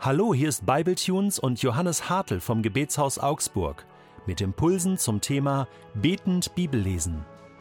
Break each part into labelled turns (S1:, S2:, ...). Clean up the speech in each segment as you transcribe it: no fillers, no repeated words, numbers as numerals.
S1: Hallo, hier ist Bibletunes und Johannes Hartl vom Gebetshaus Augsburg mit Impulsen zum Thema Betend Bibellesen.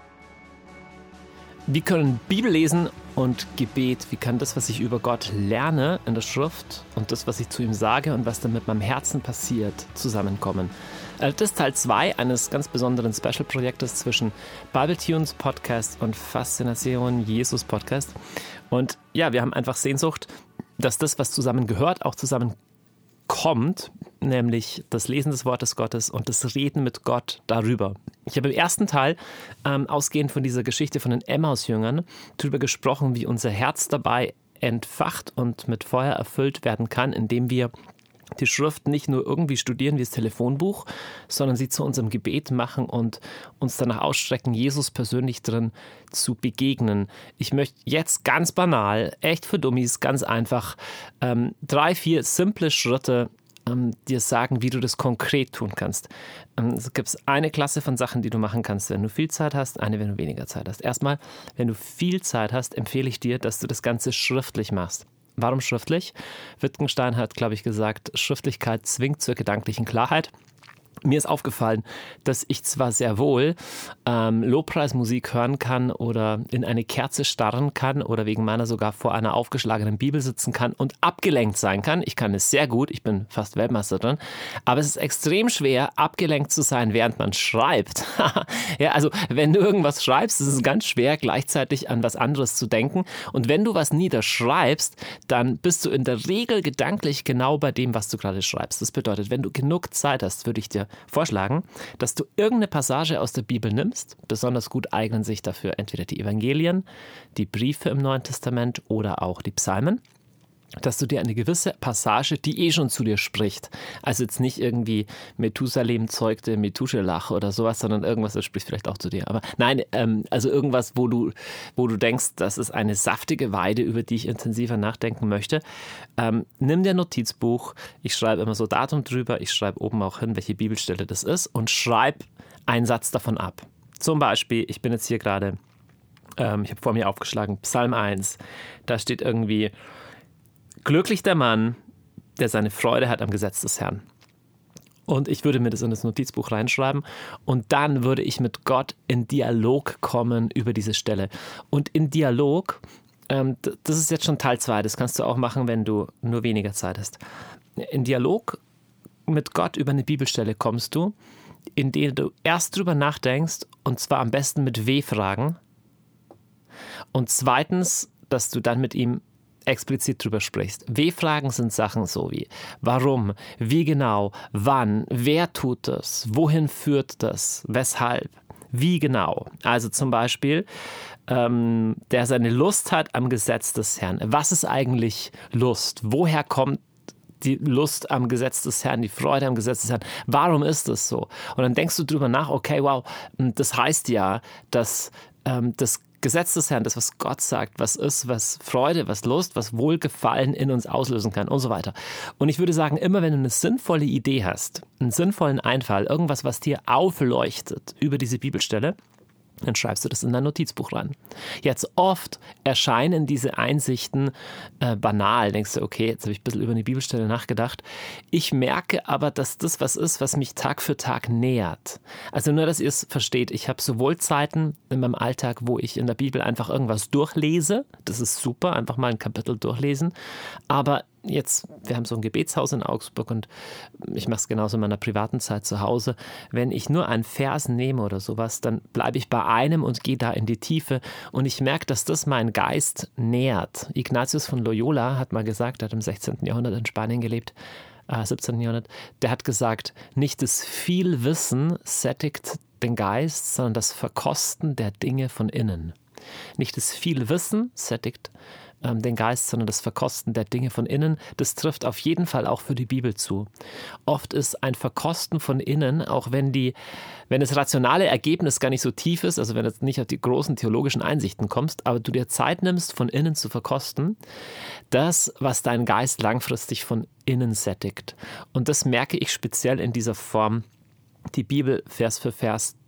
S2: Wie können Bibellesen und Gebet, wie kann das, was ich über Gott lerne in der Schrift und das, was ich zu ihm sage und was dann mit meinem Herzen passiert, zusammenkommen? Das ist Teil 2 eines ganz besonderen Special-Projektes zwischen Bibletunes Podcast und Faszination Jesus Podcast. Und ja, wir haben einfach Sehnsucht, dass das, was zusammengehört, auch zusammenkommt, nämlich das Lesen des Wortes Gottes und das Reden mit Gott darüber. Ich habe im ersten Teil, ausgehend von dieser Geschichte von den Emmaus-Jüngern, darüber gesprochen, wie unser Herz dabei entfacht und mit Feuer erfüllt werden kann, indem wir die Schrift nicht nur irgendwie studieren wie das Telefonbuch, sondern sie zu unserem Gebet machen und uns danach ausstrecken, Jesus persönlich drin zu begegnen. Ich möchte jetzt ganz banal, echt für Dummies, ganz einfach 3, 4 simple Schritte dir sagen, wie du das konkret tun kannst. Es gibt eine Klasse von Sachen, die du machen kannst, wenn du viel Zeit hast, eine, wenn du weniger Zeit hast. Erstmal, wenn du viel Zeit hast, empfehle ich dir, dass du das Ganze schriftlich machst. Warum schriftlich? Wittgenstein hat, glaube ich, gesagt, Schriftlichkeit zwingt zur gedanklichen Klarheit. Mir ist aufgefallen, dass ich zwar sehr wohl Lobpreismusik hören kann oder in eine Kerze starren kann oder wegen meiner sogar vor einer aufgeschlagenen Bibel sitzen kann und abgelenkt sein kann. Ich kann es sehr gut, ich bin fast Weltmeister drin, aber es ist extrem schwer, abgelenkt zu sein, während man schreibt. Ja, also wenn du irgendwas schreibst, ist es ganz schwer, gleichzeitig an was anderes zu denken. Und wenn du was niederschreibst, dann bist du in der Regel gedanklich genau bei dem, was du gerade schreibst. Das bedeutet, wenn du genug Zeit hast, würde ich dir vorschlagen, dass du irgendeine Passage aus der Bibel nimmst. Besonders gut eignen sich dafür entweder die Evangelien, die Briefe im Neuen Testament oder auch die Psalmen. Dass du dir eine gewisse Passage, die schon zu dir spricht, also jetzt nicht irgendwie Methusalem zeugte Methuselach oder sowas, sondern irgendwas, das spricht vielleicht auch zu dir. Aber nein, also irgendwas, wo du denkst, das ist eine saftige Weide, über die ich intensiver nachdenken möchte. Nimm dir ein Notizbuch, ich schreibe immer so Datum drüber, ich schreibe oben auch hin, welche Bibelstelle das ist und schreib einen Satz davon ab. Zum Beispiel, ich bin jetzt hier gerade, ich habe vor mir aufgeschlagen, Psalm 1, da steht irgendwie: Glücklich der Mann, der seine Freude hat am Gesetz des Herrn. Und ich würde mir das in das Notizbuch reinschreiben und dann würde ich mit Gott in Dialog kommen über diese Stelle. Und in Dialog, das ist jetzt schon Teil 2, das kannst du auch machen, wenn du nur weniger Zeit hast. In Dialog mit Gott über eine Bibelstelle kommst du, indem du erst drüber nachdenkst und zwar am besten mit W-Fragen und zweitens, dass du dann mit ihm explizit drüber sprichst. W-Fragen sind Sachen so wie: Warum? Wie genau? Wann? Wer tut das? Wohin führt das? Weshalb? Wie genau? Also zum Beispiel, der seine Lust hat am Gesetz des Herrn. Was ist eigentlich Lust? Woher kommt die Lust am Gesetz des Herrn, die Freude am Gesetz des Herrn? Warum ist das so? Und dann denkst du drüber nach, okay, wow, das heißt ja, dass das Gesetz des Herrn, das, was Gott sagt, was ist, was Freude, was Lust, was Wohlgefallen in uns auslösen kann und so weiter. Und ich würde sagen, immer wenn du eine sinnvolle Idee hast, einen sinnvollen Einfall, irgendwas, was dir aufleuchtet über diese Bibelstelle, dann schreibst du das in dein Notizbuch rein. Jetzt oft erscheinen diese Einsichten banal. Denkst du, okay, jetzt habe ich ein bisschen über eine Bibelstelle nachgedacht. Ich merke aber, dass das was ist, was mich Tag für Tag nähert. Also nur, dass ihr es versteht. Ich habe sowohl Zeiten in meinem Alltag, wo ich in der Bibel einfach irgendwas durchlese. Das ist super, einfach mal ein Kapitel durchlesen. Aber jetzt, wir haben so ein Gebetshaus in Augsburg und ich mache es genauso in meiner privaten Zeit zu Hause. Wenn ich nur einen Vers nehme oder sowas, dann bleibe ich bei einem und gehe da in die Tiefe und ich merke, dass das meinen Geist nährt. Ignatius von Loyola hat mal gesagt, er hat im 16. Jahrhundert in Spanien gelebt, 17. Jahrhundert, der hat gesagt, nicht das viel Wissen sättigt den Geist, sondern das Verkosten der Dinge von innen. Nicht das viel Wissen sättigt den Geist, sondern das Verkosten der Dinge von innen. Das trifft auf jeden Fall auch für die Bibel zu. Oft ist ein Verkosten von innen, auch wenn das rationale Ergebnis gar nicht so tief ist, also wenn du nicht auf die großen theologischen Einsichten kommst, aber du dir Zeit nimmst, von innen zu verkosten, das, was deinen Geist langfristig von innen sättigt. Und das merke ich speziell in dieser Form, die Bibel Vers für Vers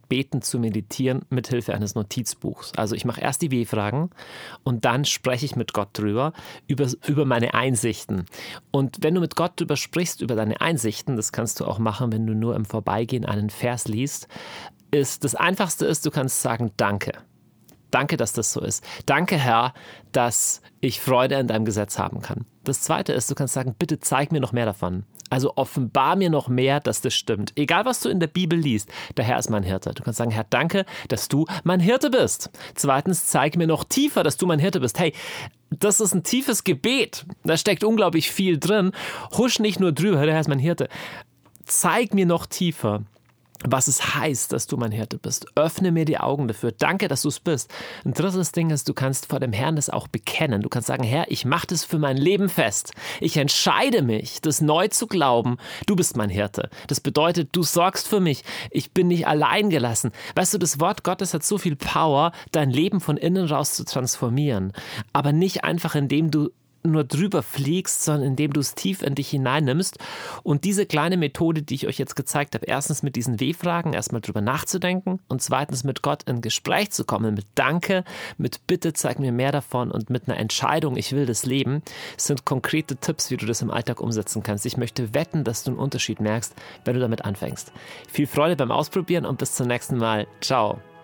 S2: Beten zu meditieren mit Hilfe eines Notizbuchs. Also ich mache erst die W-Fragen und dann spreche ich mit Gott drüber, über meine Einsichten. Und wenn du mit Gott drüber sprichst, über deine Einsichten, das kannst du auch machen, wenn du nur im Vorbeigehen einen Vers liest, das Einfachste ist, du kannst sagen, danke. Danke, dass das so ist. Danke, Herr, dass ich Freude an deinem Gesetz haben kann. Das Zweite ist, du kannst sagen, bitte zeig mir noch mehr davon. Also offenbar mir noch mehr, dass das stimmt. Egal, was du in der Bibel liest, der Herr ist mein Hirte. Du kannst sagen, Herr, danke, dass du mein Hirte bist. Zweitens, zeig mir noch tiefer, dass du mein Hirte bist. Hey, das ist ein tiefes Gebet. Da steckt unglaublich viel drin. Husch nicht nur drüber, der Herr ist mein Hirte. Zeig mir noch tiefer, was es heißt, dass du mein Hirte bist. Öffne mir die Augen dafür. Danke, dass du es bist. Ein drittes Ding ist, du kannst vor dem Herrn das auch bekennen. Du kannst sagen, Herr, ich mache das für mein Leben fest. Ich entscheide mich, das neu zu glauben. Du bist mein Hirte. Das bedeutet, du sorgst für mich. Ich bin nicht allein gelassen. Weißt du, das Wort Gottes hat so viel Power, dein Leben von innen raus zu transformieren. Aber nicht einfach, indem du nur drüber fliegst, sondern indem du es tief in dich hineinnimmst. Und diese kleine Methode, die ich euch jetzt gezeigt habe, erstens mit diesen W-Fragen erstmal drüber nachzudenken und zweitens mit Gott in Gespräch zu kommen, mit Danke, mit Bitte, zeig mir mehr davon und mit einer Entscheidung, ich will das leben, sind konkrete Tipps, wie du das im Alltag umsetzen kannst. Ich möchte wetten, dass du einen Unterschied merkst, wenn du damit anfängst. Viel Freude beim Ausprobieren und bis zum nächsten Mal. Ciao.